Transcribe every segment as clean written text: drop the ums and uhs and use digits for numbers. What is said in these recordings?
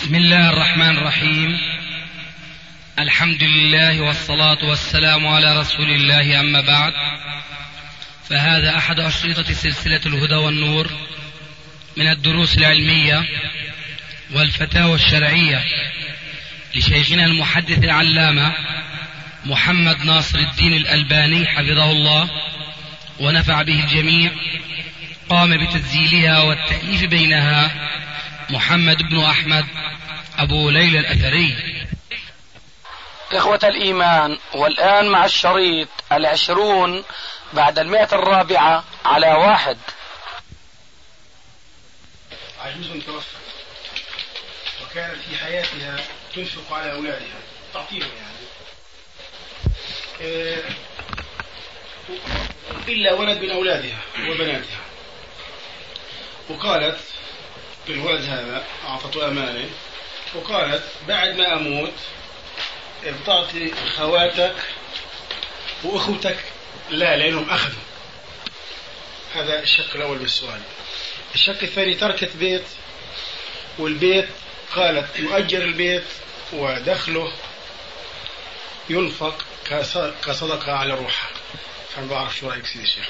بسم الله الرحمن الرحيم. الحمد لله والصلاة والسلام على رسول الله، أما بعد، فهذا أحد أشرطة سلسلة الهدى والنور من الدروس العلمية والفتاوى الشرعية لشيخنا المحدث العلامة محمد ناصر الدين الألباني حفظه الله ونفع به الجميع. قام بتسجيلها والتأليف بينها محمد بن أحمد أبو ليلى الأثري. إخوة الإيمان، والآن مع الشريط 20 بعد 104 على 1. عجوز توفت وكانت في حياتها تنفق على أولادها تعطيهم إلا ولد من أولادها وبناتها، وقالت للولد هذا أعطته أمانة، وقالت بعد ما أموت بتعطي خواتك وأخوتك لا لأنهم أخذوا. هذا الشق الأول من السؤال. الشق الثاني تركت بيت، والبيت قالت يؤجر البيت ودخله ينفق كصدقة على روحها. فأنا بعرف شو رأيك سيدي الشيخ؟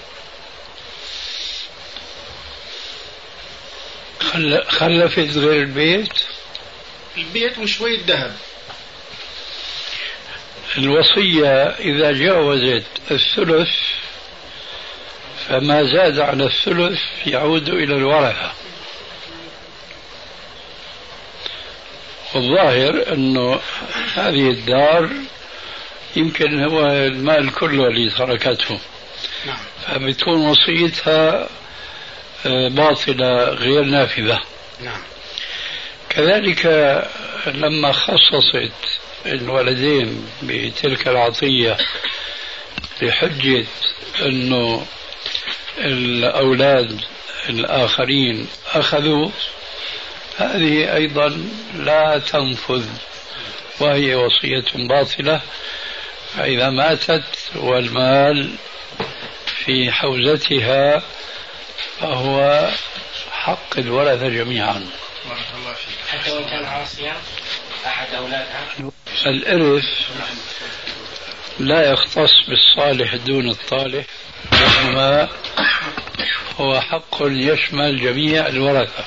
خلفت غير البيت وشوية ذهب. الوصية إذا جاوزت الثلث فما زاد عن الثلث يعود إلى الورثة. والظاهر أنه هذه الدار يمكن هو المال كله اللي تركته، فبتكون وصيتها باطلة غير نافذة. كذلك لما خصصت الولدين بتلك العطية بحجة أنه الأولاد الآخرين أخذوا، هذه أيضا لا تنفذ وهي وصية باطلة. فإذا ماتت والمال في حوزتها فهو حق الورثة جميعا. حتى وإن كان عاصيا أحد أولادها. الإرث لا يختص بالصالح دون الطالح، وإنما هو حق يشمل جميع الورثة.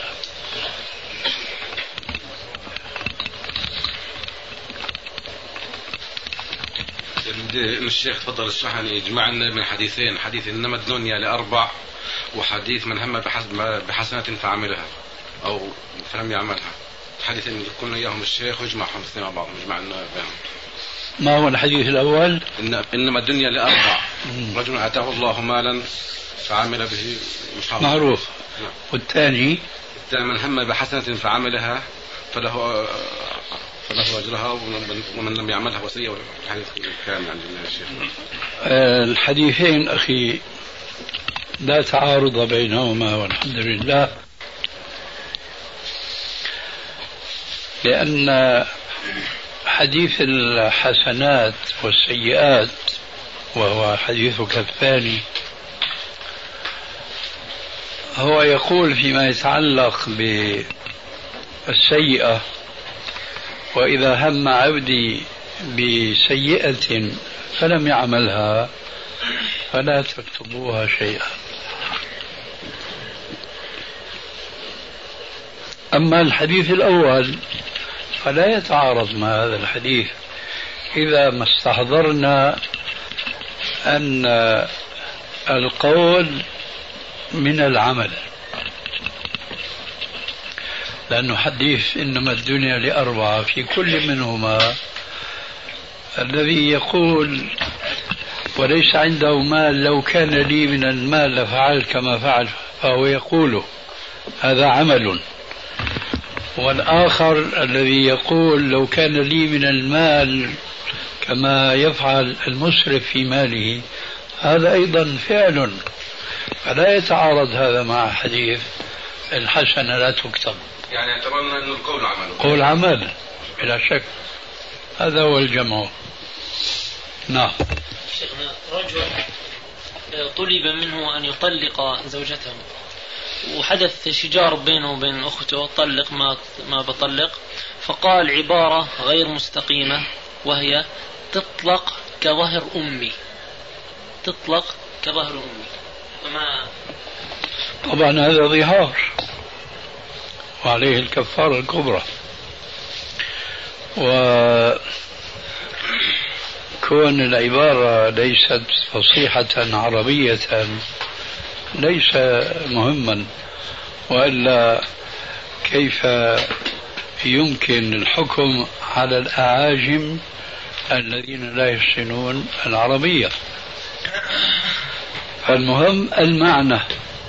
الشيخ تفضل اشرح لي، اجمعنا من حديثين، حديث انما الدنيا لأربع، وحديث من هم بحسنة فعملها او فلم يعملها. حديث ان كنا اياهم الشيخ ويجمعهم الاثنين مع بعض، اجمعنا بهم. ما هو الحديث الأول؟ انما الدنيا لأربع، رجل اتاه الله مالا فعمل به معروف. والثاني من هم بحسنة فعملها فله أجرها، ومن لم يعملها وصية. والحديث كامل عند الشيخ. الحديثين أخي لا تعارض بينهما والحمد لله، لأن حديث الحسنات والسيئات وهو حديثك الثاني هو يقول فيما يتعلق بالسيئة: وإذا هم عبدي بسيئة فلم يعملها فلا تكتبوها شيئا. أما الحديث الأول فلا يتعارض مع هذا الحديث إذا ما استحضرنا أن القول من العمل، لأنه حديث إنما الدنيا لأربعة في كل منهما الذي يقول وليس عنده مال لو كان لي من المال لفعل كما فعل، فهو يقوله هذا عمل. والآخر الذي يقول لو كان لي من المال كما يفعل المسرف في ماله، هذا أيضا فعل. فلا يتعارض هذا مع حديث الحسنة لا تكتب. يعني اعتبرنا أن القول عمل. قول عمل بلا شك، هذا هو الجمع. نعم. شيخنا، رجل طلب منه أن يطلق زوجته وحدث شجار بينه وبين أخته، طلق ما بطلق، فقال عبارة غير مستقيمة وهي تطلق كظهر أمي، تطلق كظهر أمي. طبعا هذا ظهار وعليه الكفارة الكبرى. وكون العبارة ليست فصيحة عربية ليس مهما، وإلا كيف يمكن الحكم على الأعاجم الذين لا يحسنون العربية؟ المهم المعنى،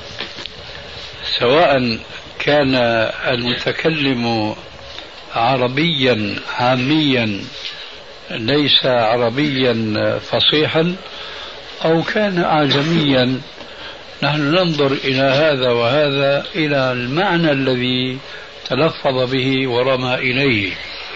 سواء كان المتكلم عربيا عاميا ليس عربيا فصيحا أو كان أعجميا، نحن ننظر إلى هذا وهذا إلى المعنى الذي تلفظ به ورمى إليه.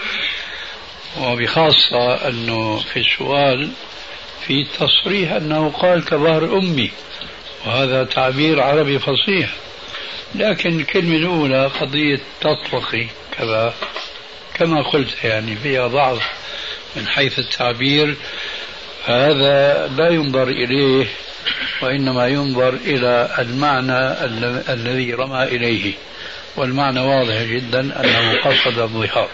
وبخاصة أنه في السؤال في تصريح أنه قال كظهر أمي، وهذا تعبير عربي فصيح. لكن الكلمة الأولى قضية تطلقي كذا كما قلت يعني فيها ضعف من حيث التعبير، هذا لا ينظر إليه، وإنما ينظر إلى المعنى الذي رمى إليه، والمعنى واضح جدا أنه قصد الظهار.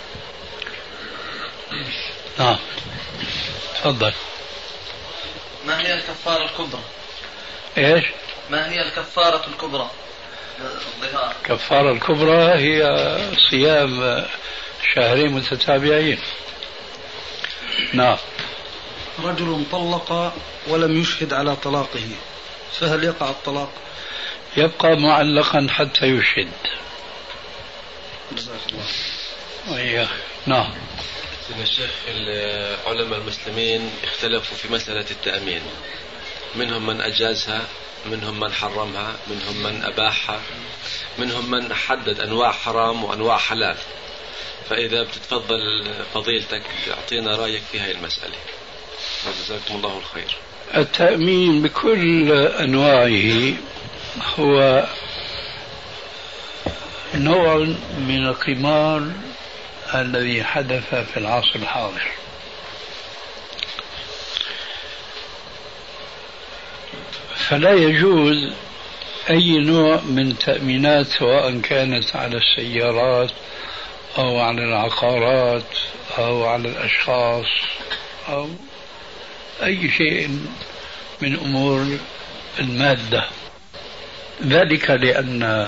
نعم تفضل. ما هي الكفارة الكبرى؟ إيش؟ ما هي الكفارة الكبرى؟ الظهار. الكفارة الكبرى هي صيام شهرين متتابعين. نعم. رجل طلق ولم يشهد على طلاقه، فهل يقع الطلاق؟ يبقى معلقا حتى يشهد. جزاك الله. وإياه. نعم. الشيخ، العلماء المسلمين اختلفوا في مسألة التأمين، منهم من أجازها، منهم من حرمها، منهم من أباحها، منهم من حدد أنواع حرام وأنواع حلال. فإذا بتتفضل فضيلتك تعطينا رأيك في هذه المسألة، جزاكم الله الخير. التأمين بكل أنواعه هو نوع من القمار الذي حدث في العصر الحاضر. فلا يجوز أي نوع من تأمينات، سواء كانت على السيارات أو على العقارات أو على الأشخاص أو أي شيء من أمور المادة. ذلك لأن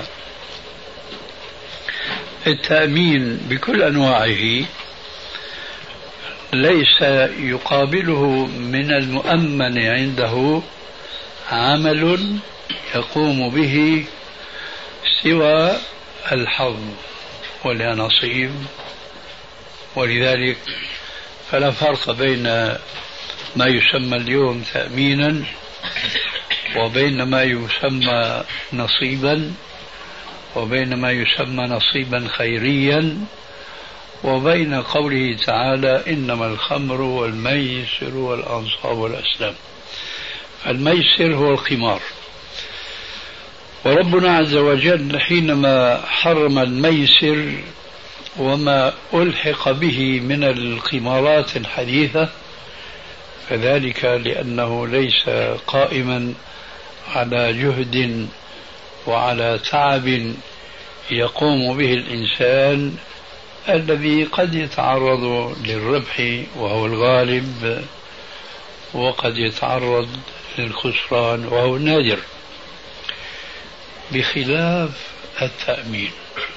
التأمين بكل أنواعه ليس يقابله من المؤمن عنده عمل يقوم به سوى الحظ والنصيب. ولذلك فلا فرق بين ما يسمى اليوم تأمينا وبين ما يسمى نصيبا، وبين ما يسمى نصيبا خيريا، وبين قوله تعالى إنما الخمر والميسر والأنصاب والأسلام. الميسر هو القمار، وربنا عز وجل حينما حرم الميسر وما ألحق به من القمارات الحديثة فذلك لأنه ليس قائما على جهد وعلى تعب يقوم به الإنسان الذي قد يتعرض للربح وهو الغالب، وقد يتعرض للخسران وهو النادر، بخلاف التأمين.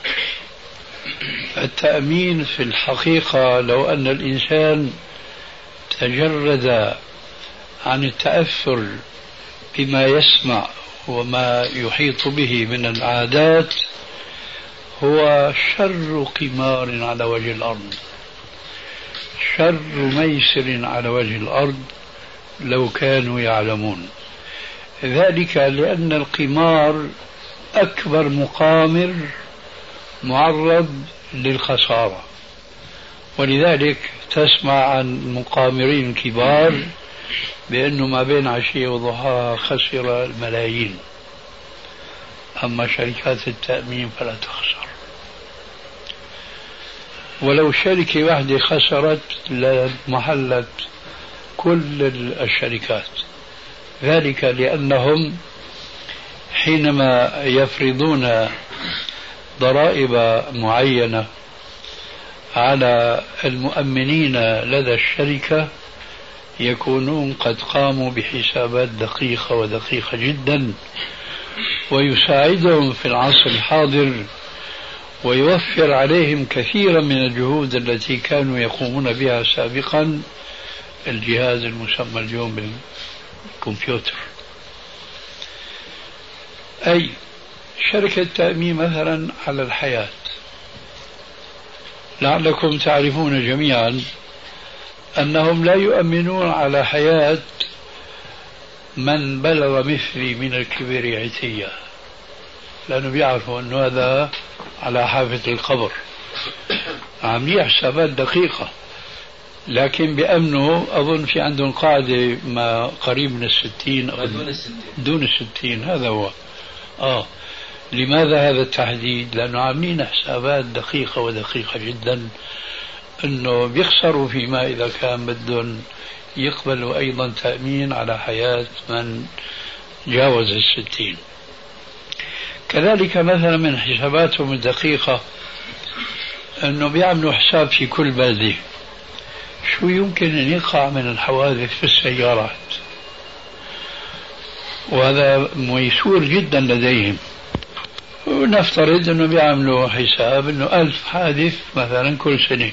التأمين في الحقيقة لو أن الإنسان تجرد عن التأثر بما يسمع وما يحيط به من العادات هو شر قمار على وجه الأرض، شر ميسر على وجه الأرض لو كانوا يعلمون. ذلك لأن القمار أكبر مقامر معرض للخسارة، ولذلك تسمع عن مقامرين كبار بأنه ما بين عشية وضحاها خسر الملايين. أما شركات التأمين فلا تخسر، ولو شركة واحدة خسرت لمحلت كل الشركات، ذلك لأنهم حينما يفرضون ضرائب معينة على المؤمنين لدى الشركة يكونون قد قاموا بحسابات دقيقة ودقيقة جدا، ويساعدهم في العصر الحاضر ويوفر عليهم كثيرا من الجهود التي كانوا يقومون بها سابقا الجهاز المسمى اليوم بالكمبيوتر. أي شركة تأمين مثلا على الحياة، لعلكم تعرفون جميعا أنهم لا يؤمنون على حياة من بلغ مثلي من الكبر عتية، لأنه بيعرفوا أنه هذا على حافة القبر، عاملين حسابات دقيقة، لكن بأمنوا أظن في عندهم قاعدة ما قريب من 60 أو دون 60 هذا هو. لماذا هذا التحديد؟ لأنه عاملين حسابات دقيقة ودقيقة جدا أنه بيخسروا فيما إذا كان بدهم يقبلوا أيضا تأمين على حياة من جاوز 60. كذلك مثلا من حساباتهم الدقيقة أنه بيعملوا حساب في كل بلدة شو يمكن أن يقع من الحوادث في السيارات، وهذا ميسور جدا لديهم. ونفترض أنه بيعملوا حساب أنه 1000 حادث مثلا كل سنة،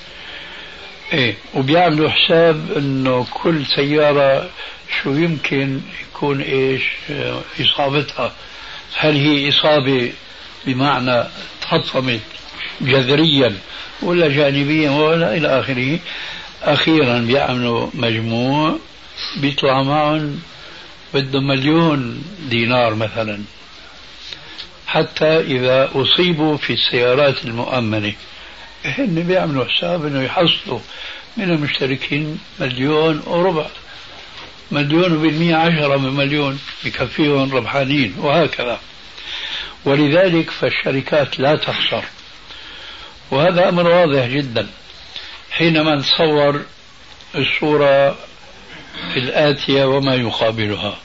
وبيعملوا حساب أنه كل سيارة شو يمكن يكون إصابتها، هل هي إصابة بمعنى تحطمت جذريا ولا جانبيا ولا إلى آخره. أخيرا بيعملوا مجموع بيطلع معهم بدهم 1,000,000 دينار مثلا، حتى إذا أصيبوا في السيارات المؤمنة هن بيعملوا حساب أنه يحصلوا من المشتركين 1,400,000، 1,000,000 10 من 1,000,000 يكفيهم ربحانين، وهكذا. ولذلك فالشركات لا تخسر، وهذا أمر واضح جدا حينما نتصور الصورة الآتية وما يقابلها.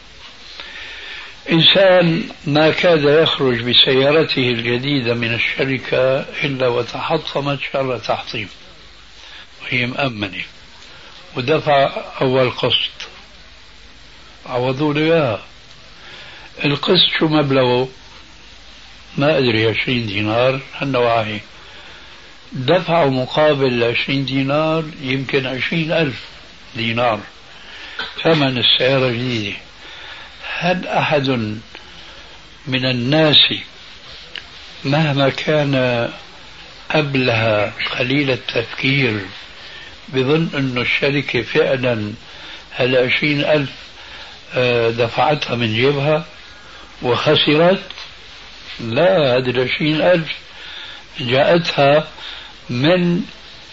إنسان ما كاد يخرج بسيارته الجديدة من الشركة إلا وتحطمت شر تحطيم، وهي مأمنة، ودفع أول قسط عوضوا له إياها. القسط شو مبلغه؟ ما أدري 20 دينار هالنوعي. دفعوا مقابل 20 دينار يمكن 20,000 دينار ثمن السيارة الجديدة. هل أحد من الناس مهما كان أبله قليل التفكير بظن أن الشركة فعلا هل 20,000 دفعتها من جيبها وخسرت؟ لا، هذه 20,000 جاءتها من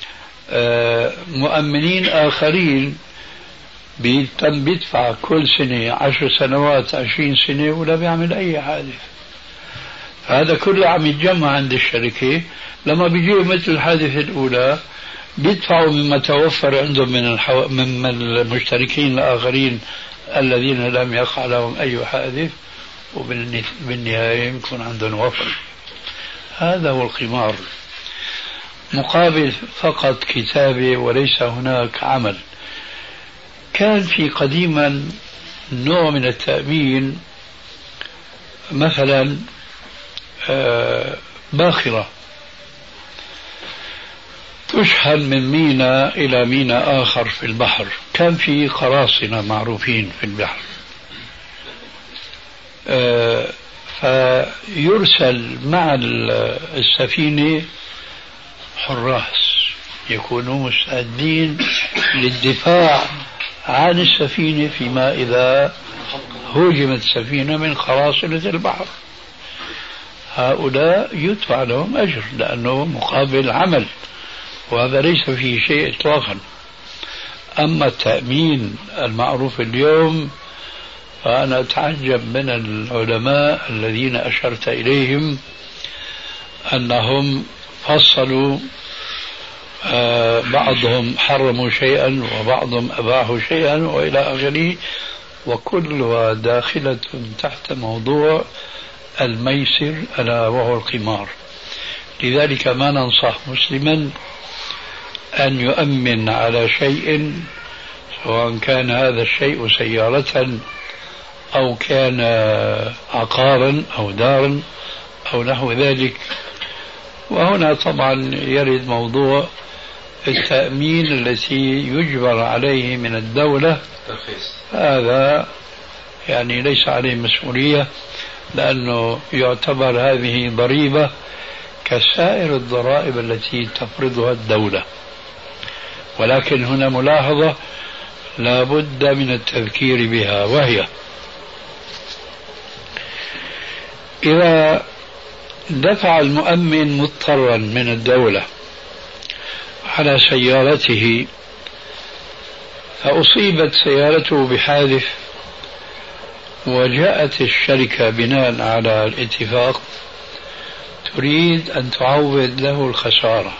مؤمنين آخرين بيدفع كل سنة 10 سنوات 20 سنة ولا بيعمل أي حادث. هذا كله عم يتجمع عند الشركة، لما بيجيوا مثل الحادثة الأولى بيدفعوا مما توفر عندهم من المشتركين الآخرين الذين لم يقع لهم أي حادث، وبالنهاية يكون عندهم وفر. هذا هو القمار، مقابل فقط كتابة وليس هناك عمل. كان في قديما نوع من التأمين، مثلا باخرة تشحن من ميناء إلى ميناء آخر في البحر، كان في قراصنة معروفين في البحر، فيرسل مع السفينة حراس يكونوا مستعدين للدفاع عن السفينة فيما إذا هجمت السفينة من قراصنة البحر. هؤلاء يدفع لهم أجر لأنه مقابل عمل، وهذا ليس فيه شيء إطلاقا. أما التأمين المعروف اليوم فأنا أتعجب من العلماء الذين أشرت إليهم أنهم فصلوا، بعضهم حرموا شيئا وبعضهم أباحوا شيئا وإلى آخره، وكلها داخلة تحت موضوع الميسر ألا وهو القمار. لذلك ما ننصح مسلما أن يؤمن على شيء، سواء كان هذا الشيء سيارة أو كان عقارا أو دارا أو نحو ذلك. وهنا طبعا يرد موضوع التأمين التي يجبر عليه من الدولة، هذا يعني ليس عليه مسؤولية، لأنه يعتبر هذه ضريبة كسائر الضرائب التي تفرضها الدولة. ولكن هنا ملاحظة لا بد من التذكير بها، وهي إذا دفع المؤمن مضطرا من الدولة على سيارته فأصيبت سيارته بحادث وجاءت الشركة بناء على الاتفاق تريد أن تعوض له الخسارة،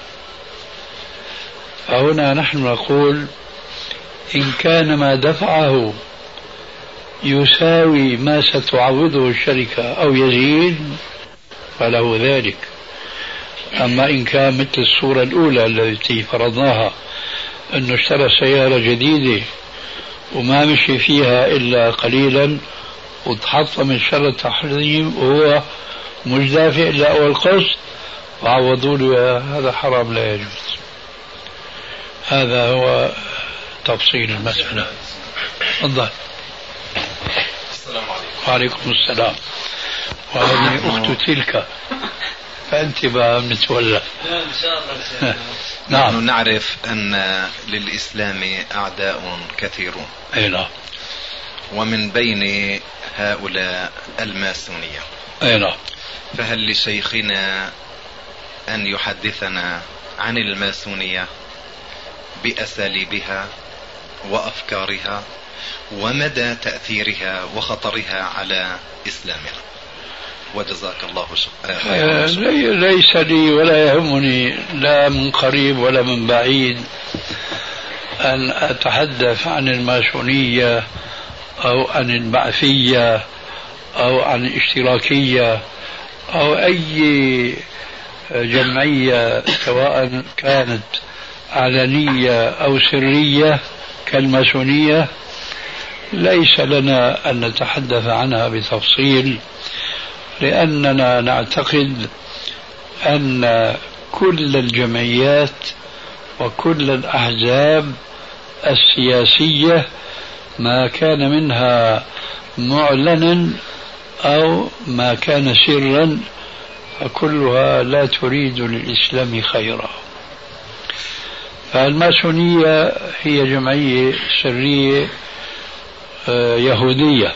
فهنا نحن نقول إن كان ما دفعه يساوي ما ستعوضه الشركة أو يزيد فله ذلك. أما إن كان مثل الصورة الأولى التي فرضناها أنه اشترى سيارة جديدة وما مشي فيها إلا قليلا وتحط من شر التحريم وهو مش دافع إلا أول قسط وعوضوا له، هذا حرام لا يجوز. هذا هو تفصيل المسألة. تفضل. السلام عليكم. وعليكم السلام. وهذه أخت تلك، فأنت بقى نتولى. إن شاء الله. نعم. نحن نعرف أن للإسلام أعداء كثيرون. أي نعم. ومن بين هؤلاء الماسونية. أي نعم. فهل لشيخنا أن يحدثنا عن الماسونية بأساليبها وأفكارها ومدى تأثيرها وخطرها على إسلامنا؟ وجزاك الله خيرا. ليس لي ولا يهمني لا من قريب ولا من بعيد أن أتحدث عن الماسونية أو عن البعثية أو عن الاشتراكية أو أي جمعية سواء كانت علنية أو سرية كالماسونية. ليس لنا أن نتحدث عنها بتفصيل، لأننا نعتقد أن كل الجمعيات وكل الأحزاب السياسية ما كان منها معلنا أو ما كان سرا فكلها لا تريد للإسلام خيرا. فالماسونية هي جمعية سرية يهودية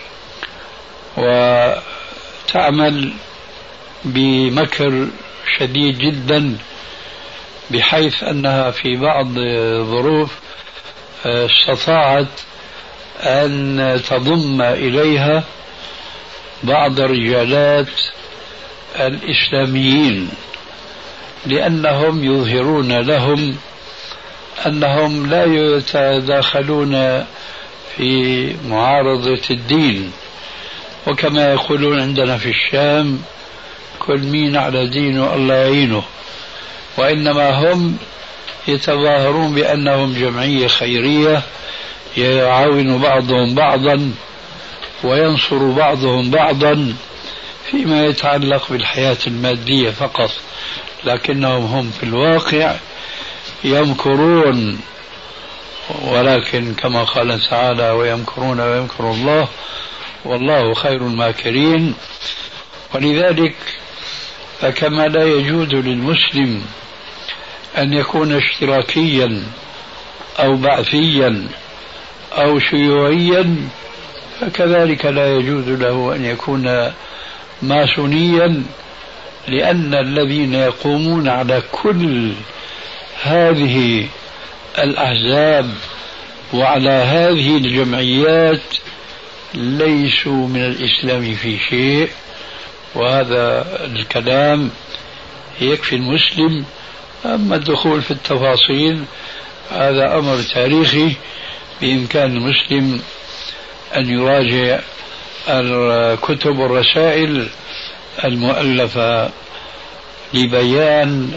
وتعمل بمكر شديد جدا، بحيث أنها في بعض الظروف استطاعت أن تضم إليها بعض الرجالات الإسلاميين، لأنهم يظهرون لهم أنهم لا يتداخلون في معارضة الدين، وكما يقولون عندنا في الشام كل مين على دينه الله يعينه، وإنما هم يتظاهرون بأنهم جمعية خيرية يعاون بعضهم بعضا وينصر بعضهم بعضا فيما يتعلق بالحياة المادية فقط، لكنهم هم في الواقع يمكرون، ولكن كما قال تعالى ويمكرون ويمكر الله والله خير الماكرين. ولذلك فكما لا يجوز للمسلم أن يكون اشتراكيا أو بعثيا أو شيوعيا، فكذلك لا يجوز له أن يكون ماسونيا، لأن الذين يقومون على كل هذه الأحزاب وعلى هذه الجمعيات ليسوا من الإسلام في شيء، وهذا الكلام يكفي المسلم. أما الدخول في التفاصيل هذا أمر تاريخي، بإمكان المسلم أن يراجع الكتب والرسائل المؤلفة لبيان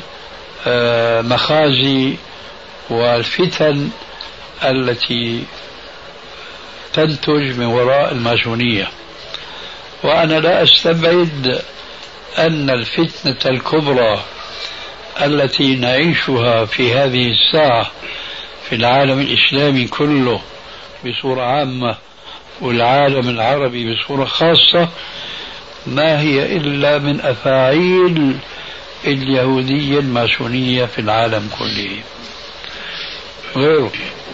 مخازي والفتن التي تنتج من وراء الماسونية. وأنا لا أستبعد أن الفتنة الكبرى التي نعيشها في هذه الساعة في العالم الإسلامي كله بصورة عامة والعالم العربي بصورة خاصة ما هي إلا من أفاعيل اليهودية الماسونية في العالم كله غيره.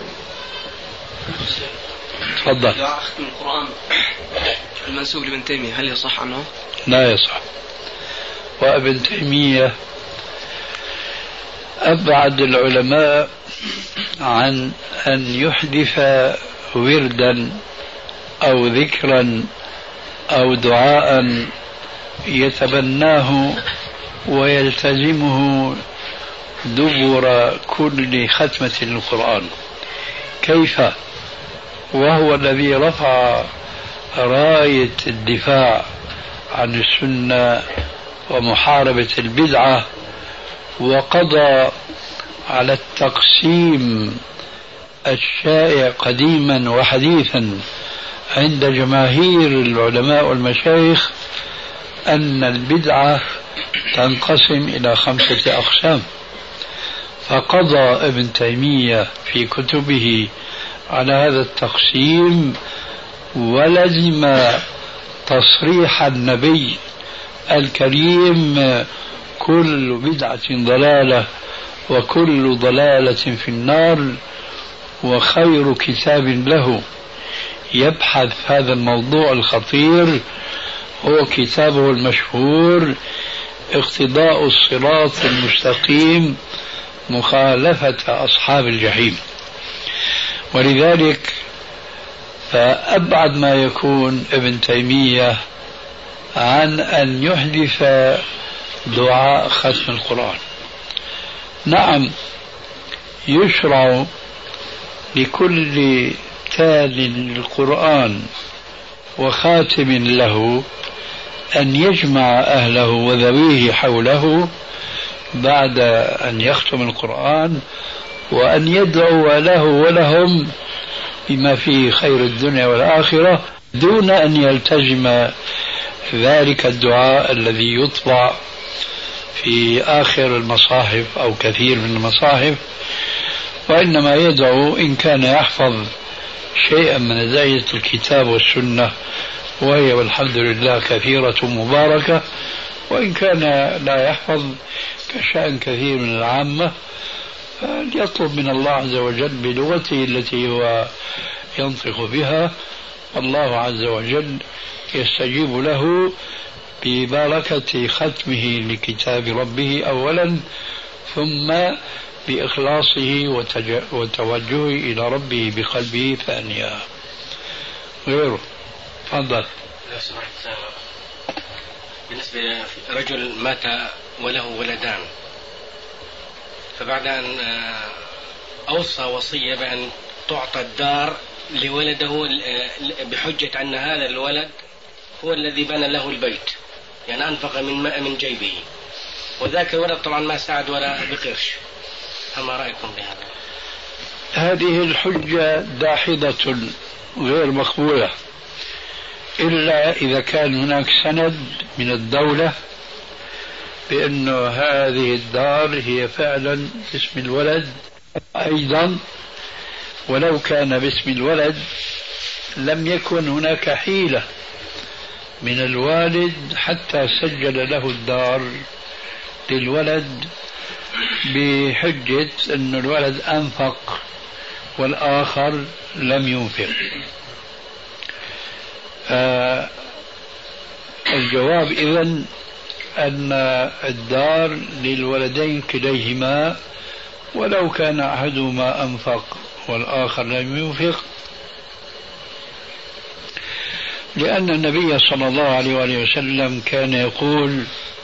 تفضل. دعاء ختم القرآن المنسوب لابن تيمية هل يصح عنه؟ لا يصح. وابن تيمية أبعد العلماء عن أن يحدث وردا أو ذكرا أو دعاء يتبناه ويلتزمه دبر كل ختمة للقرآن. كيف وهو الذي رفع راية الدفاع عن السنة ومحاربة البدعة، وقضى على التقسيم الشائع قديما وحديثا عند جماهير العلماء والمشايخ أن البدعة تنقسم إلى 5 أقسام. فقضى ابن تيمية في كتبه على هذا التقسيم، ولزم تصريح النبي الكريم: كل بدعة ضلالة وكل ضلالة في النار. وخير كتاب له يبحث هذا الموضوع الخطير هو كتابه المشهور اقتضاء الصراط المستقيم مخالفة أصحاب الجحيم. ولذلك فأبعد ما يكون ابن تيمية عن أن يحدث دعاء ختم القرآن. نعم، يشرع لكل تال للقرآن وخاتم له أن يجمع أهله وذويه حوله بعد أن يختم القرآن، وأن يدعو له ولهم بما فيه خير الدنيا والآخرة، دون أن يلتزم ذلك الدعاء الذي يطبع في آخر المصاحف أو كثير من المصاحف، وإنما يدعو إن كان يحفظ شيئا من هداية الكتاب والسنة، وهي والحمد لله كثيرة مباركة، وإن كان لا يحفظ كشأن كثير من العامة فليطلب من الله عز وجل بلغته التي هو ينطق بها، والله عز وجل يستجيب له ببركة ختمه لكتاب ربه أولا، ثم بإخلاصه وتوجهه إلى ربه بقلبه ثانيا. غيره. تفضل. بالنسبة لرجل مات وله ولدان، فبعد أن أوصى وصية بأن تعطى الدار لولده بحجة أن هذا الولد هو الذي بنى له البيت، يعني أنفق من جيبه، وذاك الولد طبعا ما ساعد ولا بقرش، فما رأيكم بهذا؟ هذه الحجة داحضة غير مقبولة، إلا إذا كان هناك سند من الدولة بأن هذه الدار هي فعلا باسم الولد. أيضا ولو كان باسم الولد لم يكن هناك حيلة من الوالد حتى سجل له الدار للولد بحجة أن الولد أنفق والآخر لم ينفق. الجواب إذن أن الدار للولدين كليهما، ولو كان أحدهما أنفق والآخر لم ينفق، لأن النبي صلى الله عليه وآله وسلم كان يقول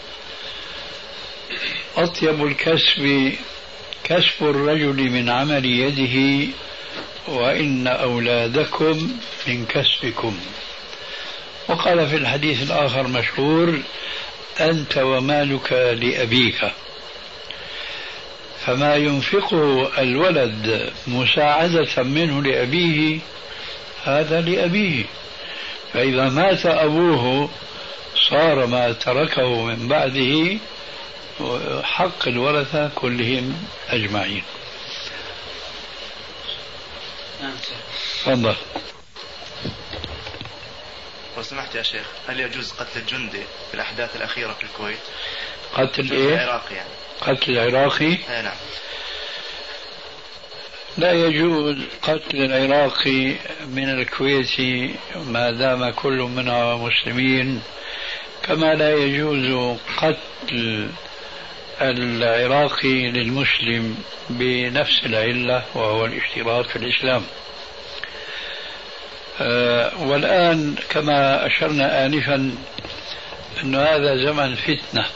أطيب الكسب كسب الرجل من عمل يده وإن أولادكم من كسبكم. وقال في الحديث الآخر مشهور أنت ومالك لأبيك. فما ينفقه الولد مساعدة منه لأبيه هذا لأبيه، فإذا مات أبوه صار ما تركه من بعده حق الورثة كلهم أجمعين. تفضل. لو سمحت يا شيخ، هل يجوز قتل الجندي في الأحداث الأخيرة في الكويت؟ قتل إيه؟ العراقي يعني. قتل العراقي؟ نعم. لا يجوز قتل العراقي من الكويت ما دام كل منها مسلمين، كما لا يجوز قتل العراقي للمسلم بنفس العلة وهو الاشتراك في الإسلام. والآن كما أشرنا آنفا أن هذا زمن فتنة،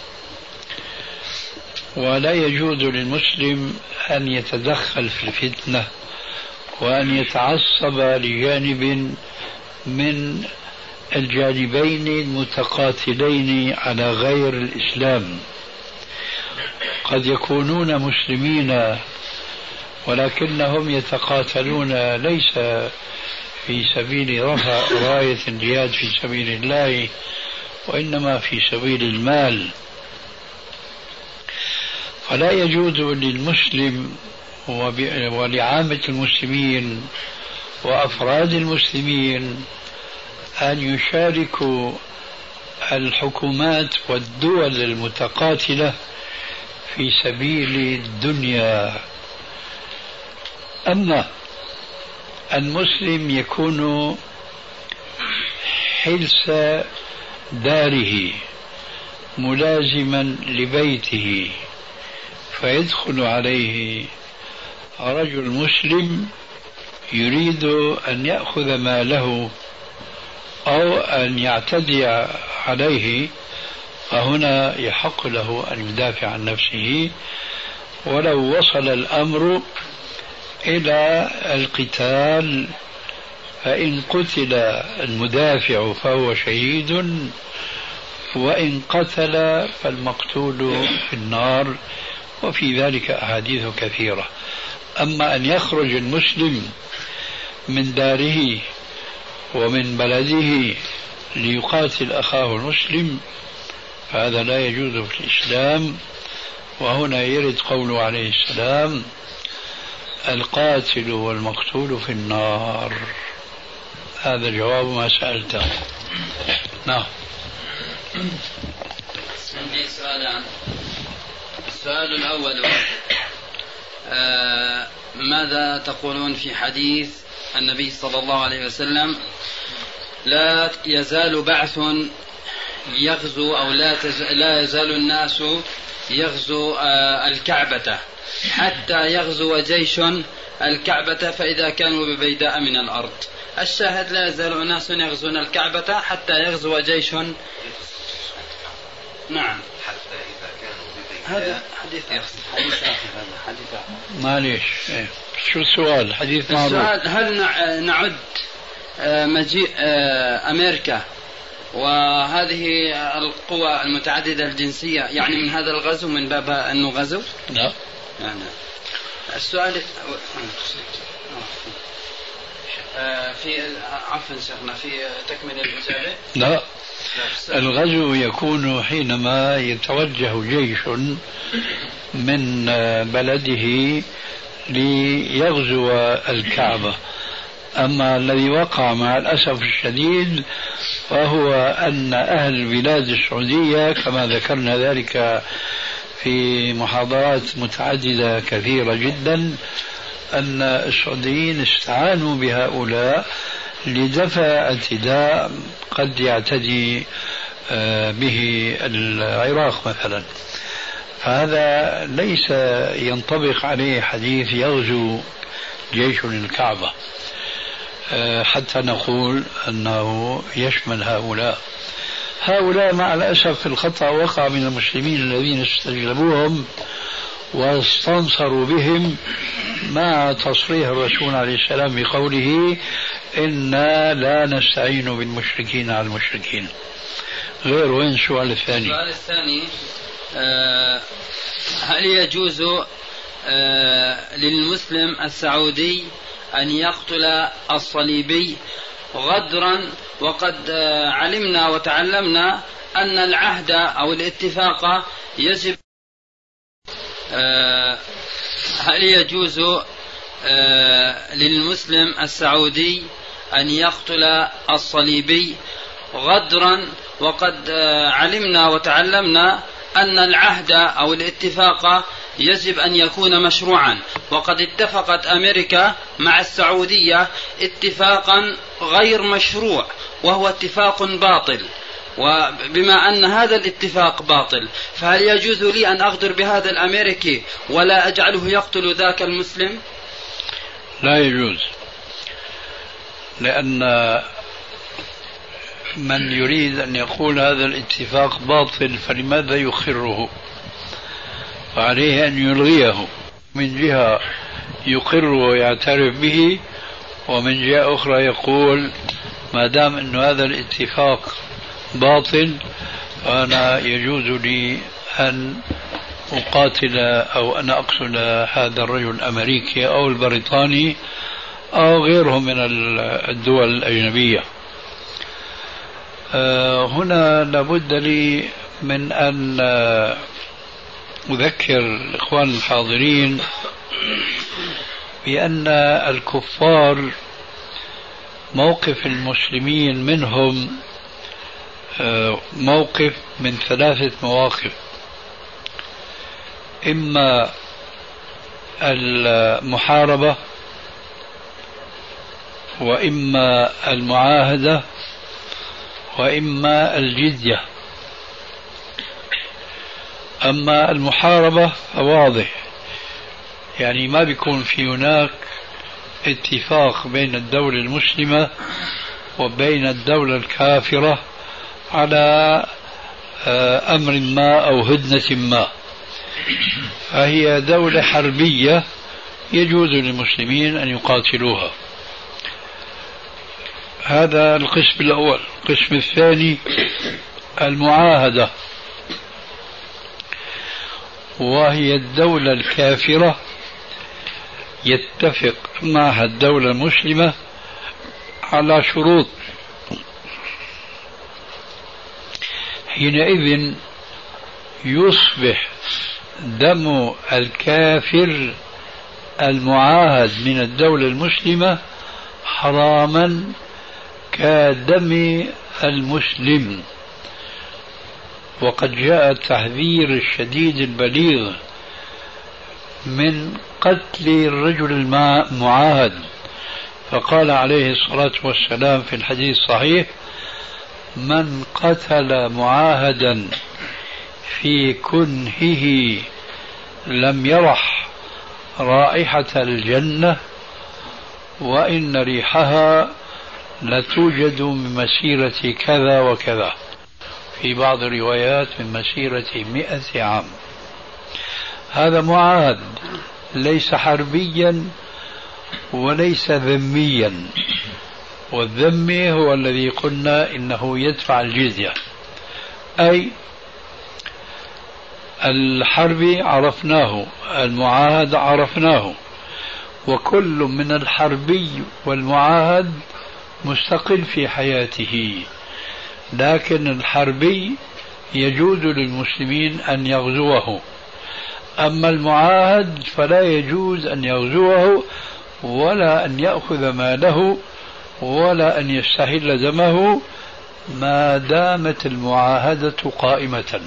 ولا يجوز للمسلم أن يتدخل في الفتنة وأن يتعصب لجانب من الجانبين المتقاتلين على غير الإسلام. قد يكونون مسلمين ولكنهم يتقاتلون ليس في سبيل رفع راية الجهاد في سبيل الله، وإنما في سبيل المال. فلا يجوز للمسلم ولعامة المسلمين وأفراد المسلمين أن يشاركوا الحكومات والدول المتقاتلة في سبيل الدنيا. أما المسلم يكون حلس داره ملازما لبيته، فيدخل عليه رجل مسلم يريد أن يأخذ ماله أو أن يعتدي عليه، فهنا يحق له أن يدافع عن نفسه، ولو وصل الأمر إلى القتال فإن قتل المدافع فهو شهيد، وإن قتل فالمقتول في النار، وفي ذلك أحاديث كثيرة. أما أن يخرج المسلم من داره ومن بلده ليقاتل أخاه المسلم فهذا لا يجوز في الإسلام. وهنا يرد قوله عليه السلام القاتل والمقتول في النار. هذا جواب ما سألته. نعم. عندي سؤالان. السؤال الأول ماذا تقولون في حديث النبي صلى الله عليه وسلم لا يزال بعث يغزو أو لا يزال الناس يغزو الكعبة حتى يغزو جيش الكعبة فإذا كانوا ببيداء من الأرض. الشاهد لا يزال ناس يغزون الكعبة حتى يغزو جيش. نعم. هذا حديث معليش. شو السؤال؟ حديث معروف. السؤال هل نعد مجيء أمريكا وهذه القوى المتعددة الجنسية يعني من هذا الغزو من باب أنه غزو؟ لا. يعني السؤال في عفوا شيخنا في تكمل الإجابة. لا، الغزو يكون حينما يتوجه جيش من بلده ليغزو الكعبة. أما الذي وقع مع الأسف الشديد وهو أن أهل البلاد السعودية كما ذكرنا ذلك في محاضرات متعددة كثيرة جدا أن السعوديين استعانوا بهؤلاء لدفع اعتداء قد يعتدي به العراق مثلا. فهذا ليس ينطبق عليه حديث يغزو جيش الكعبة. حتى نقول أنه يشمل هؤلاء مع الأسف الخطأ وقع من المسلمين الذين استجلبوهم واستنصروا بهم مع تصريح الرسول عليه السلام بقوله إنا لا نستعين بالمشركين على المشركين. غير وين السؤال الثاني؟ السؤال الثاني هل يجوز للمسلم السعودي أن يقتل الصليبي غدرا وقد علمنا وتعلمنا أن العهد أو الاتفاق يجب هل يجوز للمسلم السعودي أن يقتل الصليبي غدرا وقد علمنا وتعلمنا أن العهد أو الاتفاق يجب أن يكون مشروعا، وقد اتفقت أمريكا مع السعودية اتفاقا غير مشروع وهو اتفاق باطل، وبما أن هذا الاتفاق باطل فهل يجوز لي أن أغدر بهذا الأمريكي ولا أجعله يقتل ذاك المسلم؟ لا يجوز، لأن من يريد أن يقول هذا الاتفاق باطل فلماذا يقره؟ فعليه أن يلغيه، من جهة يقر ويعترف به، ومن جهة أخرى يقول ما دام أن هذا الاتفاق باطل فأنا يجوز لي أن أقاتل أو أن أقتل هذا الرجل الأمريكي أو البريطاني أو غيره من الدول الأجنبية. هنا لابد لي من أن أذكر الإخوان الحاضرين بأن الكفار موقف المسلمين منهم موقف من 3 مواقف: إما المحاربة، وإما المعاهدة، وإما الجزية. أما المحاربة فواضح، يعني ما بيكون في هناك اتفاق بين الدولة المسلمة وبين الدولة الكافرة على أمر ما أو هدنة ما، فهي دولة حربية يجوز للمسلمين أن يقاتلوها. هذا القسم الأول. القسم الثاني المعاهدة، وهي الدولة الكافرة يتفق معها الدولة المسلمة على شروط، حينئذ يصبح دم الكافر المعاهد من الدولة المسلمة حراما كدم المسلم. وقد جاء التحذير الشديد البليغ من قتل الرجل المعاهد، فقال عليه الصلاة والسلام في الحديث الصحيح: من قتل معاهدا في كنهه لم يرح رائحة الجنة وإن ريحها لتوجد من مسيرة كذا وكذا، في بعض الروايات من مسيرة 100 عام. هذا معاهد ليس حربيا وليس ذميا، والذمي هو الذي قلنا إنه يدفع الجزية. أي الحربي عرفناه، المعاهد عرفناه، وكل من الحربي والمعاهد مستقل في حياته، لكن الحربي يجوز للمسلمين أن يغزوه، أما المعاهد فلا يجوز أن يغزوه ولا أن يأخذ ماله ولا أن يستحل دمه ما دامت المعاهدة قائمة.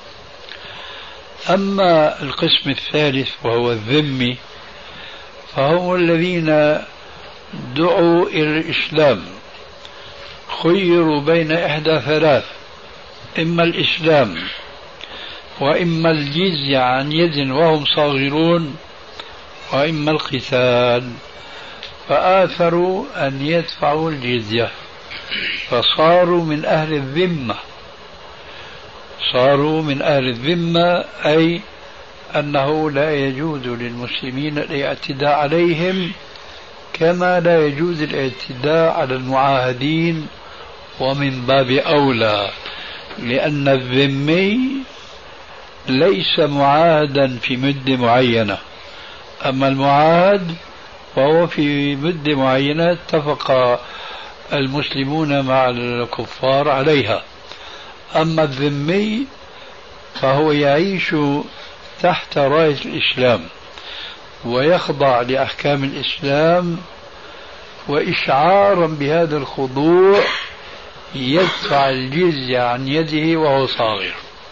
أما القسم الثالث وهو الذمي فهم الذين دعوا إلى الإسلام، خيروا بين إحدى 3: إما الإسلام، وإما الجزية عن يد وهم صاغرون، وإما القتال. فآثروا أن يدفعوا الجزية، فصاروا من أهل الذمة. صاروا من أهل الذمة، أي أنه لا يجوز للمسلمين الاعتداء عليهم كما لا يجوز الاعتداء على المعاهدين، ومن باب أولى لأن الذمي ليس معاهدا في مدة معينة، أما المعاهد فهو في مدة معينة اتفق المسلمون مع الكفار عليها. أما الذمي فهو يعيش تحت راية الإسلام ويخضع لأحكام الإسلام، وإشعارا بهذا الخضوع يدفع الجزية عن يده وهو صاغر.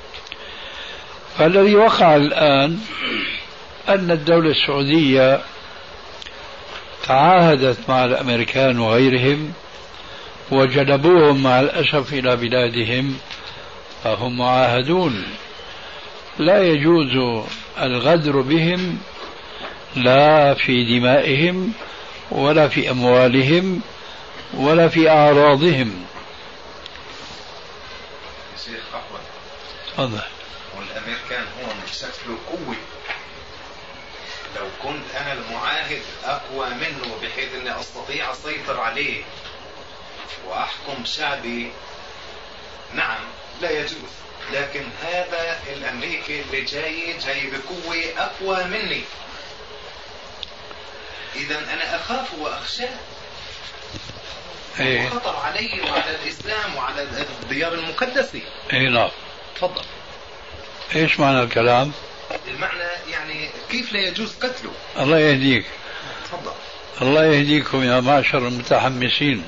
فالذي وقع الآن أن الدولة السعودية تعاهدت مع الأمريكان وغيرهم وجلبوهم مع الأسف إلى بلادهم، فهم معاهدون، لا يجوز الغدر بهم لا في دمائهم ولا في أموالهم ولا في أعراضهم. شيخ أحمد، تفضل. والأمريكان هم بشكل قوي، لو كنت أنا المعاهد أقوى منه بحيث أني أستطيع أسيطر عليه وأحكم شعبي، نعم لا يجوز. لكن هذا الأمريكي اللي جاي بقوة أقوى مني، إذا أنا أخاف وأخشاه، خطر علي وعلى الإسلام وعلى الديار المقدسة. إيه نعم. تفضل. إيش معنى الكلام؟ المعنى يعني كيف لا يجوز قتله. الله يهديك. تفضل. الله يهديكم يا معشر المتحمسين.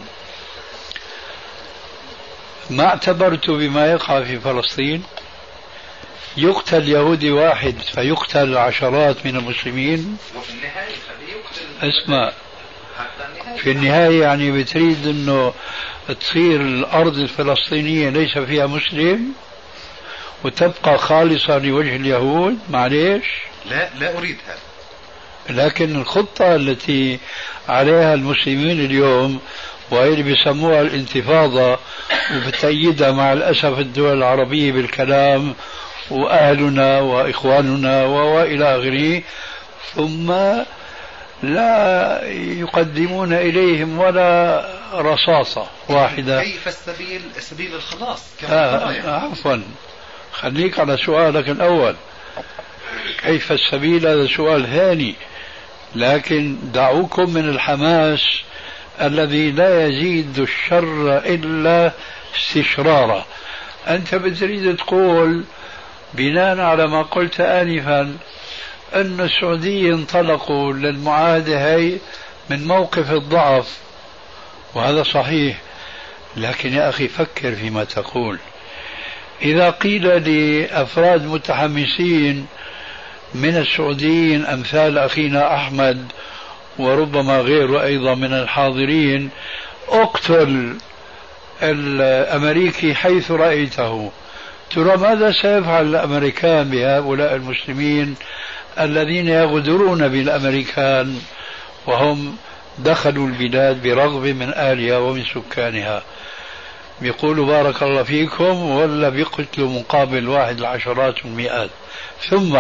ما اعتبرت بما يقع في فلسطين؟ يقتل يهودي واحد فيقتل عشرات من المسلمين. وفي النهاية يقتل. اسمع، في النهاية يعني بتريد انه تصير الارض الفلسطينية ليس فيها مسلم وتبقى خالصة لوجه اليهود؟ معليش، لا أريد هذا. لكن الخطة التي عليها المسلمين اليوم وهي اللي بيسموها الانتفاضة وبتأيدها مع الأسف الدول العربية بالكلام وأهلنا وإخواننا وإلى آخره، ثم لا يقدمون إليهم ولا رصاصة واحدة. كيف سبيل الخلاص؟ عفوا، خليك على سؤالك الأول، كيف السبيل؟ هذا سؤال ثاني، لكن دعوكم من الحماس الذي لا يزيد الشر إلا استشرارا. أنت بتريد تقول بناء على ما قلت آنفا أن السعودية انطلقوا للمعاهدة هي من موقف الضعف، وهذا صحيح، لكن يا أخي فكر فيما تقول. إذا قيل لأفراد متحمسين من السعوديين أمثال أخينا أحمد وربما غيره أيضا من الحاضرين، اقتل الأمريكي حيث رأيته، ترى ماذا سيفعل الأمريكان بهؤلاء المسلمين الذين يغدرون بالأمريكان وهم دخلوا البلاد برغب من أهلها ومن سكانها؟ بيقولوا بارك الله فيكم، ولا بيقتلوا مقابل واحد العشرات والمئات. ثم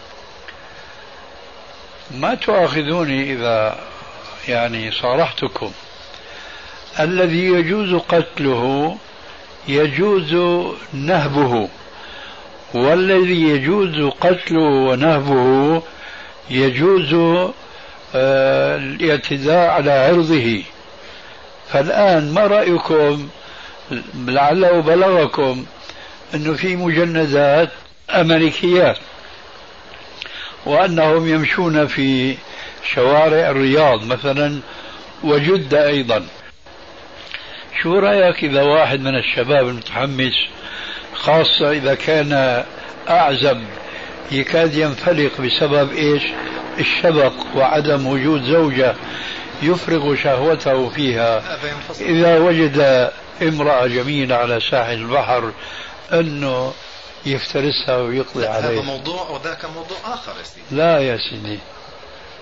ما تؤاخذوني إذا يعني صارحتكم، الذي يجوز قتله يجوز نهبه، والذي يجوز قتله ونهبه يجوز الاعتداء على عرضه. فالآن ما رأيكم، لعله بلغكم أنه في مجندات أمريكيات وأنهم يمشون في شوارع الرياض مثلا وجدة أيضا. شو رأيك إذا واحد من الشباب المتحمس، خاصة إذا كان أعزب يكاد ينفلق بسبب إيش؟ الشبق وعدم وجود زوجة يفرغ شهوته فيها، إذا وجد امرأة جميلة على ساحل البحر أنه يفترسها ويقضي عليها؟ هذا موضوع وذاك موضوع آخر يا سيدي. لا يا سيدي،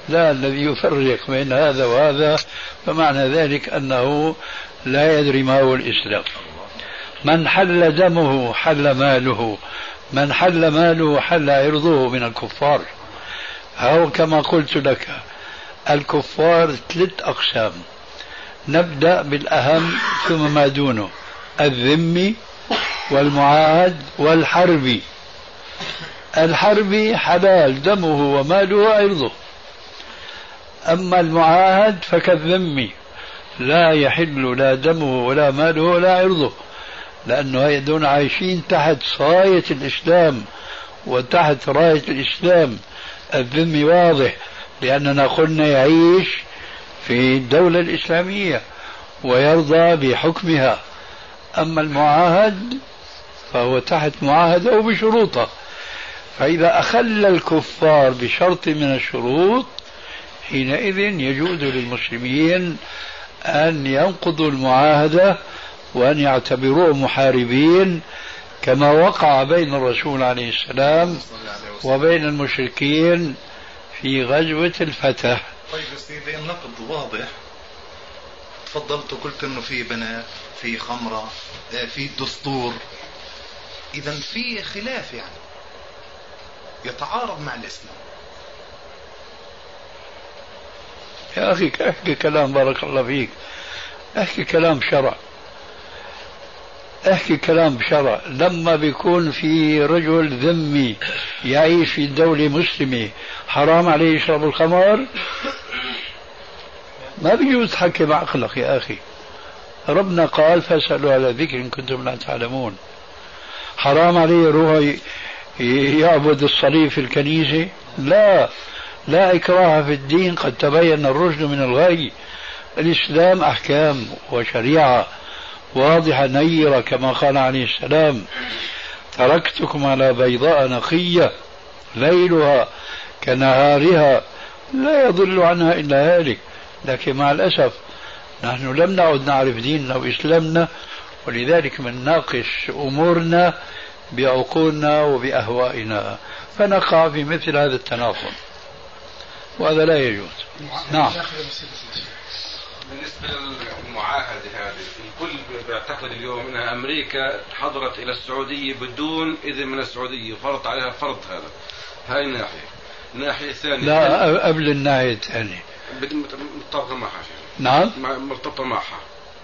لا، الذي يفرق بين هذا وهذا فمعنى ذلك أنه لا يدري ما هو الإسلام. من حل دمه حل ماله، من حل ماله حل عرضه من الكفار. أو كما قلت لك الكفار 3 أقسام، نبدأ بالأهم ثم ما دونه، الذمي والمعاهد والحربي. الحربي حلال دمه وماله وعرضه، أما المعاهد فكالذمي لا يحل لا دمه ولا ماله ولا عرضه، لأنه هيدون عايشين تحت صاية الإسلام وتحت راية الإسلام. الذمي واضح لأننا قلنا يعيش في الدولة الإسلامية ويرضى بحكمها، أما المعاهد فهو تحت معاهدة وبشروطه. فإذا أخل الكفار بشرط من الشروط حينئذ يجوز للمسلمين أن ينقضوا المعاهدة وأن يعتبروه محاربين، كما وقع بين الرسول عليه السلام وبين المشركين في غزوة الفتح. طيب سيدي، النقد واضح، تفضلت وقلت انه في بنات، في خمرة، في دستور، اذا في خلاف يعني يتعارض مع الاسلام. يا أخي احكي كلام، بارك الله فيك، احكي كلام شرع، احكي كلام بشرع. لما بيكون في رجل ذمي يعيش في دولة مسلمة حرام عليه يشرب الخمر؟ ما بيجوز تحكي بعقلك يا أخي. ربنا قال فاسألوا على ذكر إن كنتم لا تعلمون. حرام عليه يروح يعبد الصليب في الكنيسة؟ لا، لا إكراه في الدين، قد تبين الرشد من الغي. الإسلام أحكام وشريعة واضحة نيرة كما قال عليه السلام: تركتكم على بيضاء نقية ليلها كنهارها لا يضل عنها إلا هالك. لكن مع الأسف نحن لم نعد نعرف ديننا وإسلامنا، ولذلك نناقش أمورنا بعقولنا وبأهوائنا فنقع في مثل هذا التناقض، وهذا لا يجوز. نعم. بالنسبة للمعاهدة هذه، الكل بيعتقد اليوم أنها أمريكا حضرت إلى السعودية بدون إذن من السعودية وفرضت عليها فرض هذا. هاي الناحية. الناحية الثانية لا، قبل الناحية الثانية مرتبطة معها. نعم، مرتبطة معها.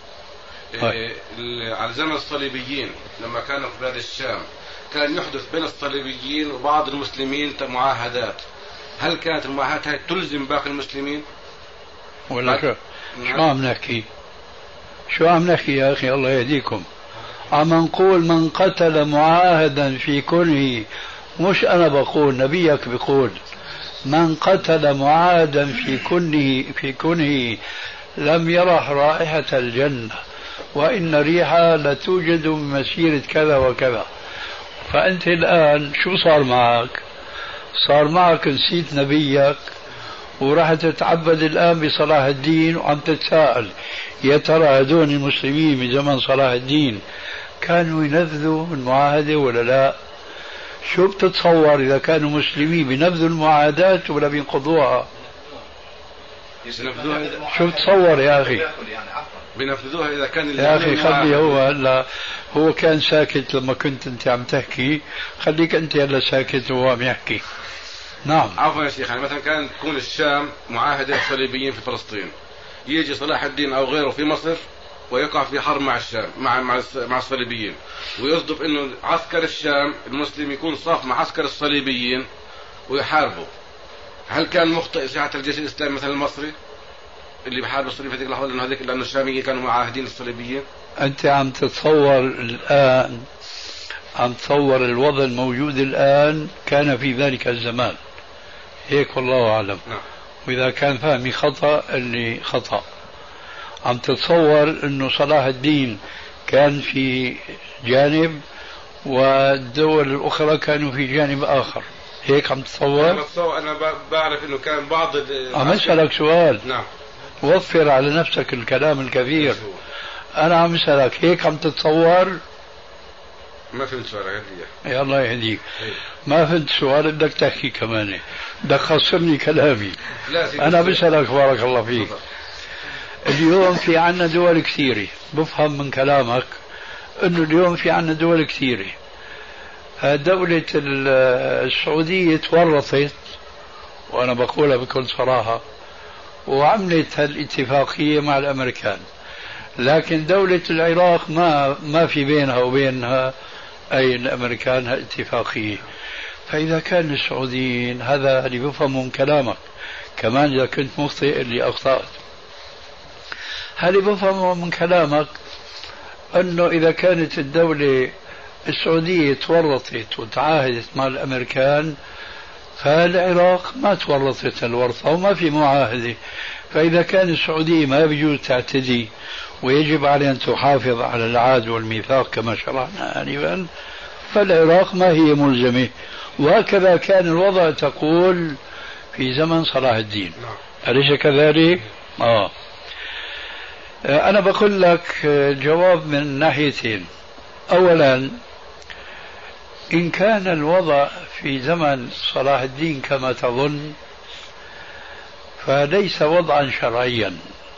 على زمن الصليبيين لما كانوا في بلاد الشام كان يحدث بين الصليبيين وبعض المسلمين معاهدات. هل كانت المعاهدات هاي تلزم باقي المسلمين؟ ولا شو عم نحكي؟ شو عم نحكي يا أخي؟ الله يهديكم. عم نقول من قتل معاهدا في كونه، مش أنا بقول، نبيك بيقول من قتل معاهدا في كونه لم يرح رائحة الجنة وإن ريحها لتوجد من مسيرة كذا وكذا. فأنت الآن شو صار معك؟ صار معك نسيت نبيك وراح تتعبد الآن بصلاح الدين وعم تتساءل يا ترى هذول المسلمين بزمن صلاح الدين كانوا ينفذوا المعاهدة ولا لا؟ شو بتتصور إذا كانوا مسلمين بنفذوا المعاهدات ولا بينقضوها؟ شو بتصور يا أخي؟ بينفذوها إذا كان يا أخي خلي هو هلا، هو كان ساكت لما كنت أنت عم تحكي، خليك أنت هلا ساكت وهو عم يحكي. نعم. عفوا يا شيخ، يعني مثلا كانت تكون الشام معاهدة الصليبيين في فلسطين، يجي صلاح الدين أو غيره في مصر ويقع في حرب مع الشام مع الصليبيين، ويصدف إنه عسكر الشام المسلم يكون صاف مع عسكر الصليبيين ويحاربوا. هل كان مخطئ ساعة الجيش الإسلامي مثل المصري اللي بحارب الصليب في هذيك اللحظة لأنه الشاميين كانوا معاهدين الصليبيين؟ أنت عم تتصور الآن، عم تصور الوضع الموجود الآن كان في ذلك الزمان، هيك والله أعلم. نعم. وإذا كان فهمي خطأ اللي خطأ. عم تتصور أنه صلاح الدين كان في جانب والدول الأخرى كانوا في جانب آخر، هيك عم تتصور؟ أنا بعرف أنه كان بعض عم أسألك سؤال. نعم. وفر على نفسك الكلام الكثير. أنا عم أسألك هيك عم تتصور؟ ما فهمت سؤالك. يا الله يهديك. ما فهمت سؤال، بدك تحكي كمان، بدك خسرني كلامي. أنا بسألك بارك الله فيك. اليوم في عنا دول كثيرة، بفهم من كلامك أنه اليوم في عنا دول كثيرة. دولة السعودية تورطت، وأنا بقولها بكل صراحة، وعملت هالاتفاقية مع الأمريكان، لكن دولة العراق ما في بينها وبينها أي الأمريكان اتفاقية. فإذا كان السعوديين، هذا اللي بفهمه من كلامك، كمان إذا كنت مخطئ اللي أخطأت، هل بفهمه من كلامك أنه إذا كانت الدولة السعودية تورطت وتعاهدت مع الأمريكان، فالعراق ما تورطت الورطة وما في معاهدة، فإذا كان السعودية ما بيجوز تعتدي ويجب عليها أن تحافظ على العهد والميثاق كما شرحنا آنفا، فالعراق ما هي ملزمة. وهكذا كان الوضع تقول في زمن صلاح الدين، أليس كذلك؟ أنا بقول لك جواب من ناحيتين. أولا، إن كان الوضع في زمن صلاح الدين كما تظن فليس وضعا شرعيا،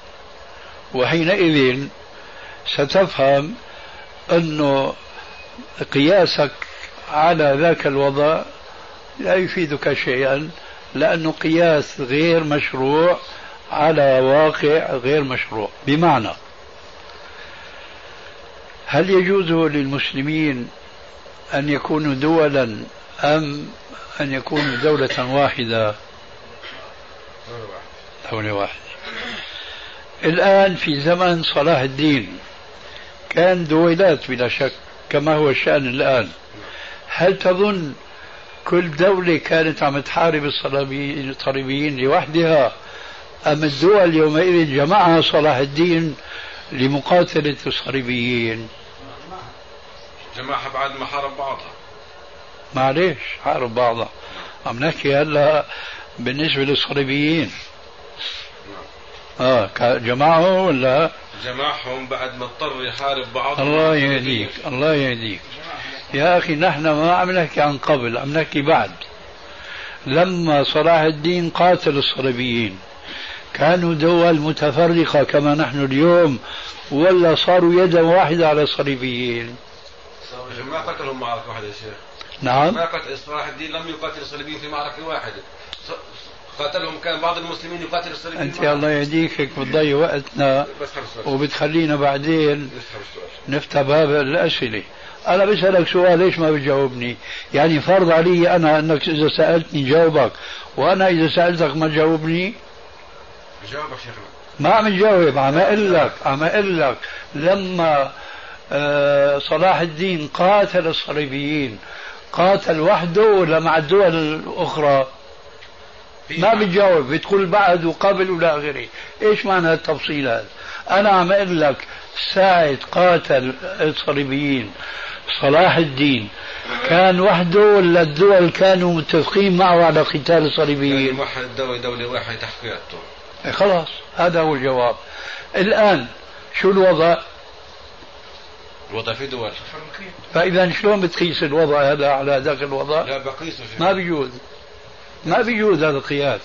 وحينئذ ستفهم أنه قياسك على ذاك الوضع لا يفيدك شيئا، لأنه قياس غير مشروع على واقع غير مشروع. بمعنى، هل يجوز للمسلمين أن يكونوا دولا أم أن يكونوا دولة واحدة؟ دولة واحدة. الآن في زمن صلاح الدين كان دويلات بلا شك كما هو الشأن الآن. هل تظن كل دولة كانت عم تحارب الصليبيين لوحدها، أم الدول يومئذ جمعها صلاح الدين لمقاتلة الصليبيين؟ جماعة بعد ما حارب بعضها. معليش، حارب بعضها. عم نحكي هلا بالنسبة للصليبيين. جمعهم ولا؟ جمعهم بعد ما اضطر يحارب بعضهم. الله يهديك، الله يهديك يا أخي. نحن ما عم نحكي عن قبل، عم نحكي بعد. لما صلاح الدين قاتل الصليبيين كانوا دول متفرقة كما نحن اليوم، ولا صاروا يدا واحدة على الصليبيين؟ ما قتلهم معركة واحدة يا شيخ. نعم. ما قتل صلاح الدين لم يقاتل الصليبيين في معركة واحدة، قاتلهم كان بعض المسلمين يقاتل الصليبيين. أنت الله يهديك هيك بتضيع وقتنا وبتخلينا بعدين نفتح باب الأسئلة. أنا بسألك سؤال ليش ما بتجاوبني؟ يعني فرض علي أنا أنك إذا سألتني جاوبك، وأنا إذا سألتك ما تجاوبني؟ جاوبك شيخنا. ما عم تجاوب. عم أقول لك لما صلاح الدين قاتل الصليبيين قاتل وحده ولا مع الدول الأخرى؟ ما بتجاوب، بتقول بعد وقبل ولا غيره. ايش معنى التفصيل هذا؟ انا عم اقول لك ساعة قاتل الصليبيين صلاح الدين كان وحده ولا الدول كانوا متفقين معه على قتال الصليبيين؟ يعني واحد دولة واحدة تحقيقته. خلاص هذا هو الجواب. الآن شو الوضع؟ الوضع في دول. فإذا شلون بتقيس الوضع هذا على ذاك الوضع؟ لا بقيسه. ما بيجوز، ما بيجوز هذا القياس.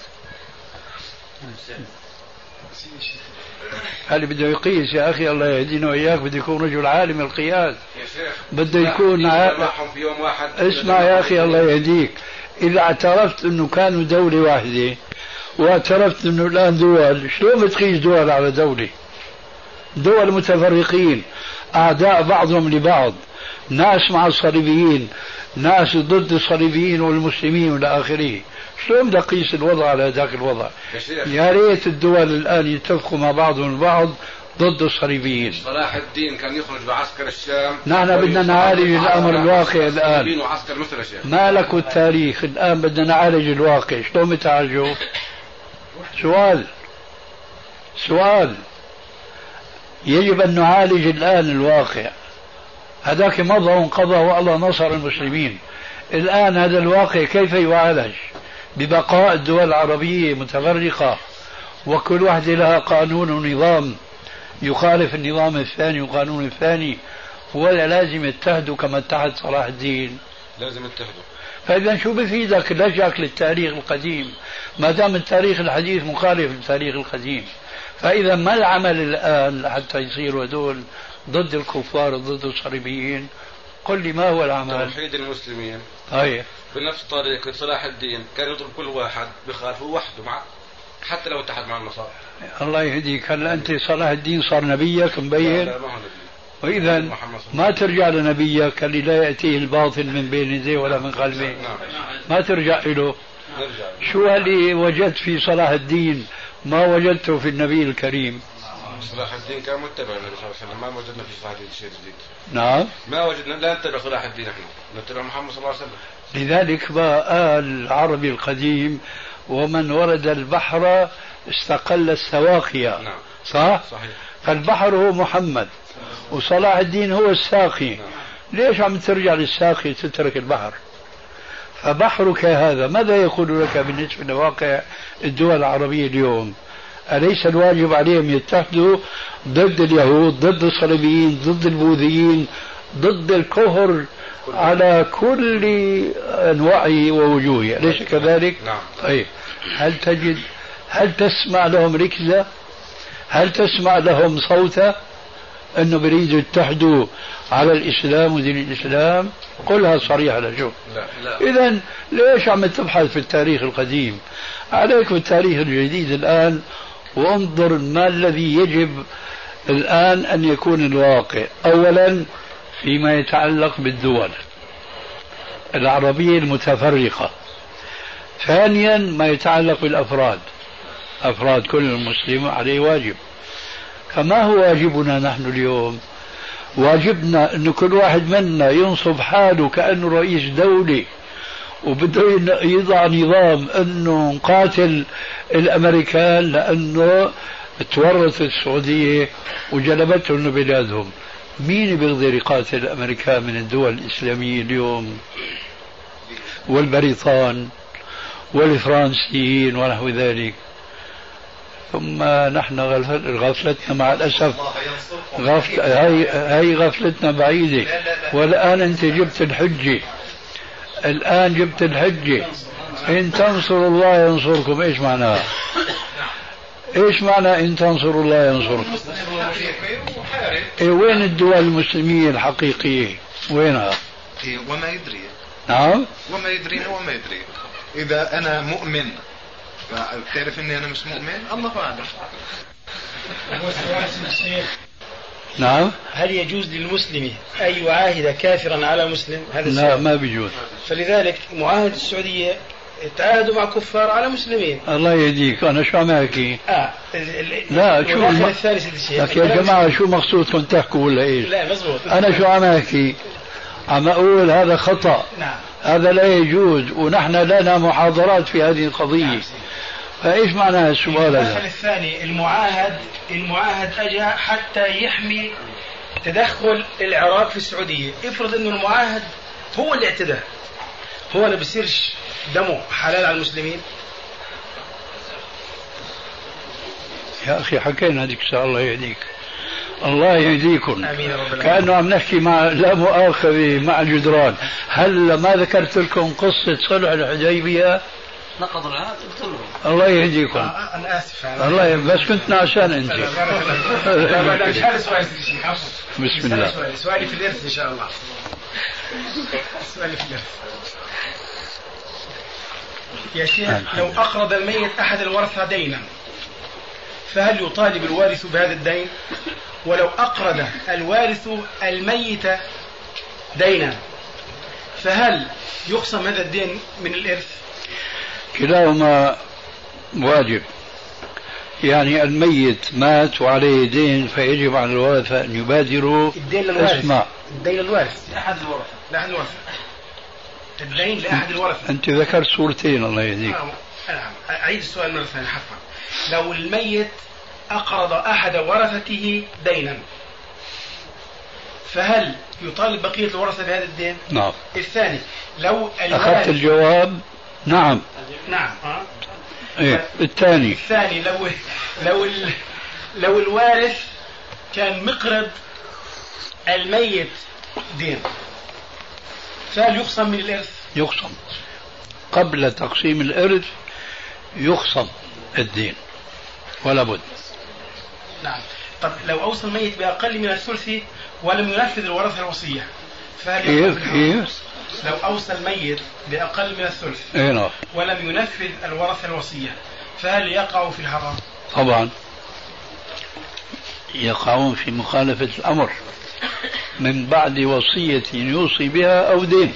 اللي بده يقيس يا أخي الله يهدينا وإياك بده يكون رجل عالم القياس، بده يكون في يوم واحد. اسمع يا أخي الله يهديك، إذا اعترفت أنه كانوا دولة واحدة واعترفت أنه الآن دول، شلون بتقيس دول على دولة؟ دول متفرقين، أعداء بعضهم لبعض، ناس مع الصليبيين، ناس ضد الصليبيين والمسلمين والى اخره. شلون بدك تقيس الوضع على ذاك الوضع؟ يا ريت الدول الان يتفقوا مع بعضهم البعض ضد الصليبيين. صلاح الدين كان يخرج بعسكر الشام. نحن بدنا نعالج الامر الواقع الان. ما لك التاريخ، الان بدنا نعالج الواقع. شلون بتعالجه؟ سؤال يجب ان نعالج الان الواقع. هذاك مضى وانقضى والله نصر المسلمين. الآن هذا الواقع كيف يعالج؟ ببقاء الدول العربية متفرقة وكل واحدة لها قانون ونظام يخالف النظام الثاني وقانون الثاني، ولا لازم يتحدوا كما اتحد صلاح الدين؟ لازم يتحدوا. فإذا شو بفيدك لجأك للتاريخ القديم ما دام التاريخ الحديث مخالف للتاريخ القديم؟ فإذا ما العمل الآن حتى يصيروا هذول ضد الكفار ضد الصليبيين؟ قل لي ما هو العمل؟ توحيد المسلمين. طيب بنفس طريقة صلاح الدين كان يضرب كل واحد بخالفه وحده مع حتى لو اتحد مع النصارى. الله يهديك. هلا أنت صلاح الدين صار نبيك مبين؟ لا ما هو نبي. وإذا ما ترجع لنبيك اللي لا يأتيه الباطل من بين يديه ولا من خلفه. ما ترجع له. شو اللي وجدت في صلاح الدين ما وجدته في النبي الكريم؟ صلاح الدين كان متبع النبي صلى الله عليه وسلم، ما وجدنا في صلاح الدين شيء جديد. نعم ما وجدنا، لا نتبع صلاح الدين، احنا نتبع محمد صلى الله عليه وسلم. لذلك ما قال العربي القديم ومن ورد البحر استقل السواقية. نعم. صح؟ صحيح. فالبحر هو محمد وصلاح الدين هو الساقي. نعم. ليش عم ترجع للساقي تترك البحر؟ فبحرك هذا ماذا يقول لك بالنسبة لواقع الدول العربية اليوم؟ أليس الواجب عليهم يتحدوا ضد اليهود ضد الصليبيين ضد البوذيين ضد الكفر على كل أنواعه ووجوهه؟ أليس كذلك؟ نعم. طيب هل تسمع لهم ركزة؟ هل تسمع لهم صوتا أنه بريدوا يتحدوا على الإسلام ودين الإسلام؟ قلها صريحة لشوف. إذن ليش عم تبحث في التاريخ القديم؟ عليك بالتاريخ الجديد الآن وانظر ما الذي يجب الآن أن يكون الواقع. أولا فيما يتعلق بالدول العربية المتفرقة. ثانيا ما يتعلق بالأفراد، أفراد كل مسلم عليه واجب. فما هو واجبنا نحن اليوم؟ واجبنا أن كل واحد منا ينصب حاله كأنه رئيس دولة وبده يضع نظام أنه نقاتل الأمريكان لأنه تورطت السعودية وجلبتهم بلادهم. مين بيقدر يقاتل الأمريكان من الدول الإسلامية اليوم؟ والبريطان والفرنسيين ونحو ذلك. ثم نحن غفلتنا مع الأسف هاي غفلتنا بعيدة. والآن أنت جبت الحجة، الآن جبت الحجة إن تنصروا الله ينصركم. إيش معناها؟ إيش معنى إن تنصروا الله ينصركم؟ وين الدول المسلمية الحقيقية؟ وينها؟ وما يدري. نعم. وما يدري وما يدري. إذا أنا مؤمن تعرف إني أنا مش مؤمن، الله أعلم. نعم. هل يجوز للمسلم أن يعاهد كافرا على مسلم؟ هذا لا ما بيجوز. فلذلك معاهد السعودية تعاهدوا مع كفار على مسلمين. الله يهديك. أنا شو عم أحكي؟ لا شو الثاني سيد الشيخ. يا جماعة شو مقصودكم تحكوا ولا إيش؟ لا مزبوط. أنا شو عم أحكي؟ عم أقول هذا خطأ. نعم. هذا لا يجوز ونحن لنا محاضرات في هذه القضية. نعم. فإيش معنى السؤال هذا؟ المثل الثاني المعاهد أجا حتى يحمي تدخل العراق في السعودية. افرض إنه المعاهد هو اللي اعتدى، هو اللي بصيرش دمه حلال على المسلمين؟ يا أخي حكينا هذيك الساعة. الله يهديك. الله يهديكم. كأنه عم نحكي مع لا مؤاخذة مع الجدران. هل ما ذكرت لكم قصة صلح الحديبية؟ نقض العهد قلت لهم. الله يهديكم. أنا آسف. الله بس كنت نعسان أنت. بسم الله. سؤالي في الإرث إن شاء الله. سؤالي في الإرث يا شيخ. لو أقرض الميت أحد الورثة دينا فهل يطالب الوارث بهذا الدين؟ ولو أقرض الوارث الميت دينا فهل يقسم هذا الدين من الإرث؟ كلاهما واجب. يعني الميت مات وعليه دين فيجب على الورثة أن يبادروا. الدين للوارث. اسمع. الدين للوارث لأحد الورثة. الدين لأحد الورثة. أنت ذكرت صورتين. الله يهديك. نعم. أعيد السؤال مرة ثانية حفظا. لو الميت أقرض أحد ورثته دينا فهل يطالب بقية الورثة بهذا الدين؟ نعم. الثاني لو أخذت الجواب. نعم. نعم. إيه الثاني. لو الوارث كان مقرض الميت دين، فهل يخصم من الإرث؟ يخصم قبل تقسيم الإرث، يخصم الدين ولا بد. نعم. طب لو أوصى الميت بأقل من الثلث ولم ينفذ الورثة الوصية فهل يقع؟ لو أوصى الميت بأقل من الثلث ولم ينفذ الورثة الوصية فهل يقع في الحرام؟ طبعا يقعون في مخالفة الأمر من بعد وصية يوصي بها أو دين.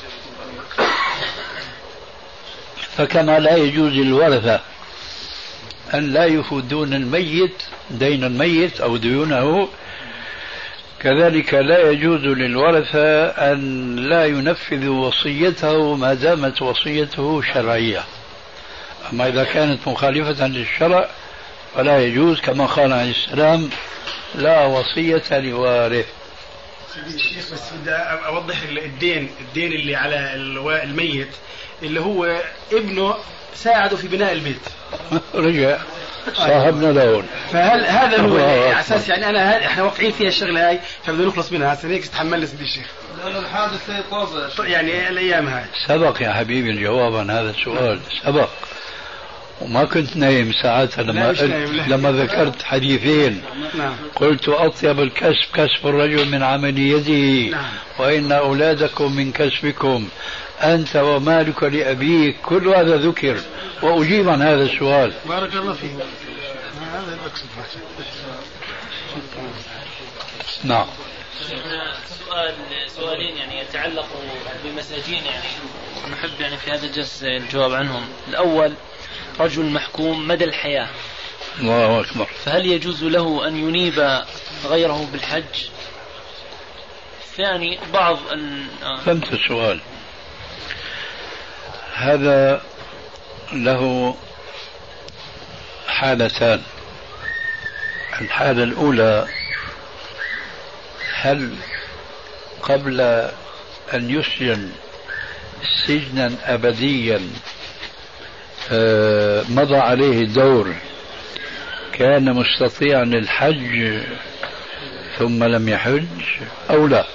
فكما لا يجوز للورثة أن لا يفدون الميت دين الميت أو ديونه، كذلك لا يجوز للورثة أن لا ينفذوا وصيته ما دامت وصيته شرعية. أما إذا كانت مخالفة للشرع فلا يجوز، كما قال عليه السلام: لا وصية لوارث. شيخ بس بدي أوضح الدين اللي على الميت اللي هو ابنه ساعده في بناء البيت رجع صاحبنا لون. فهل هذا هو اساس؟ يعني انا احنا واقعين فيها الشغله هاي فبدنا نخلص منها. هسه هيك تحملنا سيدي الشيخ لأن الحادث لا يطابق يعني الايام هاي. سبق يا حبيبي الجواب عن هذا السؤال، سبق وما كنت نايم ساعتها لما ذكرت حديثين. نعم. قلت: أطيب الكسب كسب الرجل من عمل يده. نعم. وإن أولادكم من كسبكم، أنت ومالك لأبيك. كل هذا ذكر وأجيب عن هذا السؤال. بارك الله فيك. هذا المقصود. نعم. سؤالين يعني يتعلقوا بمساجين، يعني نحب يعني في هذا الجلسة الجواب عنهم. الأول: رجل محكوم مدى الحياة، الله أكبر، فهل يجوز له أن ينيب غيره بالحج؟ الثاني: بعض فهمت السؤال. هذا له حالتان. الحالة الأولى: هل قبل أن يسجن سجنا أبديا مضى عليه دور كان مستطيعا للحج ثم لم يحج أو لا؟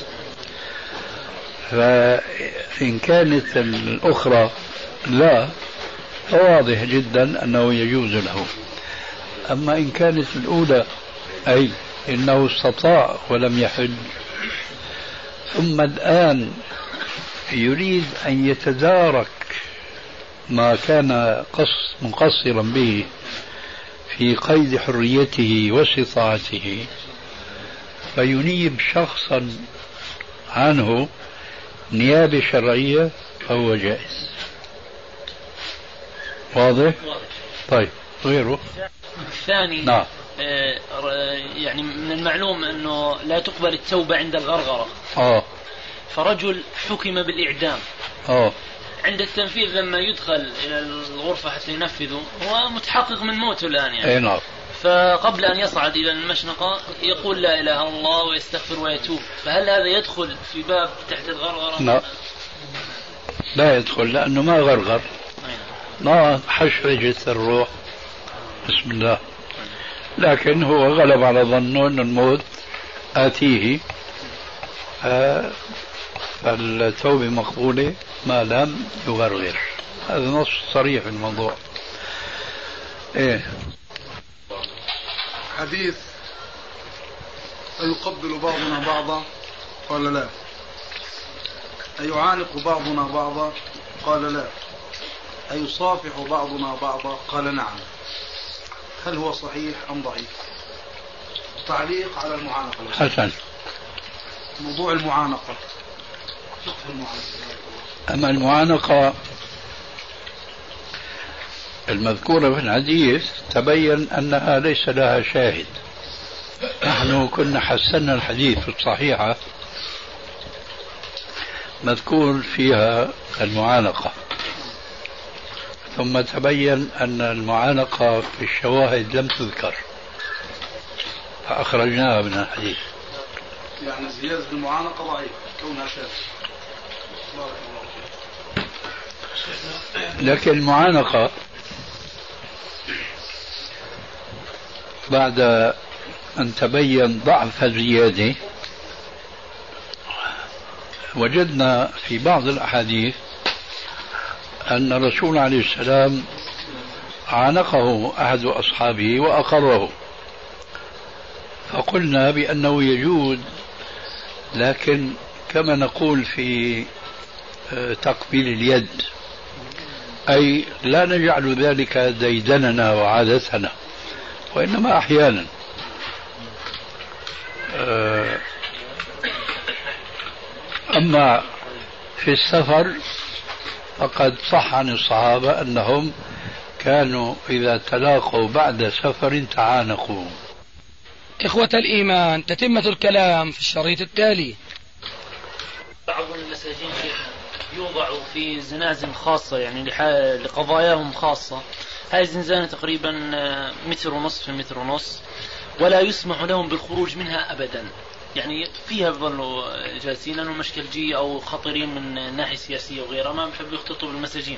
فإن كانت الأخرى لا، فواضح جدا أنه يجوز له. أما إن كانت الأولى، أي إنه استطاع ولم يحج ثم الآن يريد أن يتدارك ما كان مقصرا به في قيد حريته واستطاعته، فينيب شخصا عنه نيابة شرعية، فهو جائز. واضح؟ طيب، غيره؟ الثاني: نعم. يعني من المعلوم أنه لا تقبل التوبة عند الغرغرة. فرجل حكم بالإعدام. عند التنفيذ لما يدخل إلى الغرفة حتى ينفذه هو متحقق من موته الآن يعني. نعم. فقبل أن يصعد إلى المشنقة يقول لا إله إلا الله ويستغفر ويتوب، فهل هذا يدخل في باب تحت الغرغرة؟ لا، لا يدخل، لأنه ما غرغر، ما حشرجة الروح. بسم الله. لكن هو غلب على ظنه أن الموت آتيه، فالتوبة مقبولة ما لم يغرغر. هذا نص صريح في الموضوع. حديث: أيقبل بعضنا بعضا؟ قال لا. أيعانق بعضنا بعضا؟ قال لا. أيصافح بعضنا بعضا؟ قال نعم. هل هو صحيح أم ضعيف؟ تعليق على المعانقة. حسن. موضوع المعانقة. أما المعانقة المذكورة في الحديث تبين أنها ليس لها شاهد. نحن كنا حسنا الحديث في الصحيحة مذكور فيها المعانقة، ثم تبين أن المعانقة في الشواهد لم تذكر فأخرجناها من الحديث. يعني زيادة المعانقة ضعيفة كونها شاذة. لكن المعانقة بعد أن تبين ضعف الزيادة وجدنا في بعض الأحاديث أن الرسول عليه السلام عانقه أحد أصحابه وأقره، فقلنا بأنه يجوز، لكن كما نقول في تقبيل اليد، أي لا نجعل ذلك ديدننا وعادتنا، وإنما أحيانا. أما في السفر فقد صح عن الصحابة أنهم كانوا إذا تلاقوا بعد سفر تعانقوا. إخوة الإيمان، تتمة الكلام في الشريط التالي. بعض المساجين يوضعوا في زنازن خاصة يعني لقضاياهم خاصة. هاي الزنزانة تقريبا 1.5 متر في 1.5 متر، ولا يسمح لهم بالخروج منها أبدا. يعني فيها بظلوا جالسين لأنهم مشكلجية أو خطرين من ناحية سياسية وغيرها، ما بيحبوا يختلطوا بالمساجين،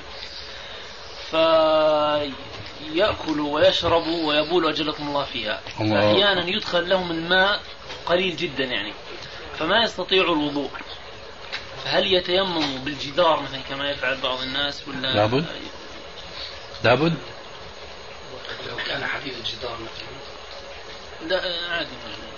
فيأكلوا ويشربوا ويبولوا أجلكم الله فيها. فأحيانا يدخل لهم الماء قليل جدا يعني، فما يستطيعوا الوضوء. فهل يتيمموا بالجدار مثلا كما يفعل بعض الناس ولا لابد لو كان حديد الجدار مثلا؟ لا عادي،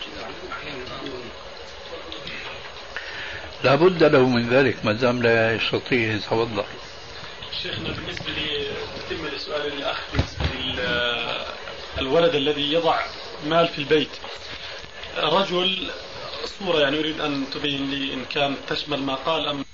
لا بد له من ذلك ما دام لا يستطيع يتوضا. شيخنا بالنسبة لي تتم السؤال الأخ بالنسبة للولد الذي يضع مال في البيت. رجل صورة يعني أريد أن تبين لي إن كان تشمل ما قال أم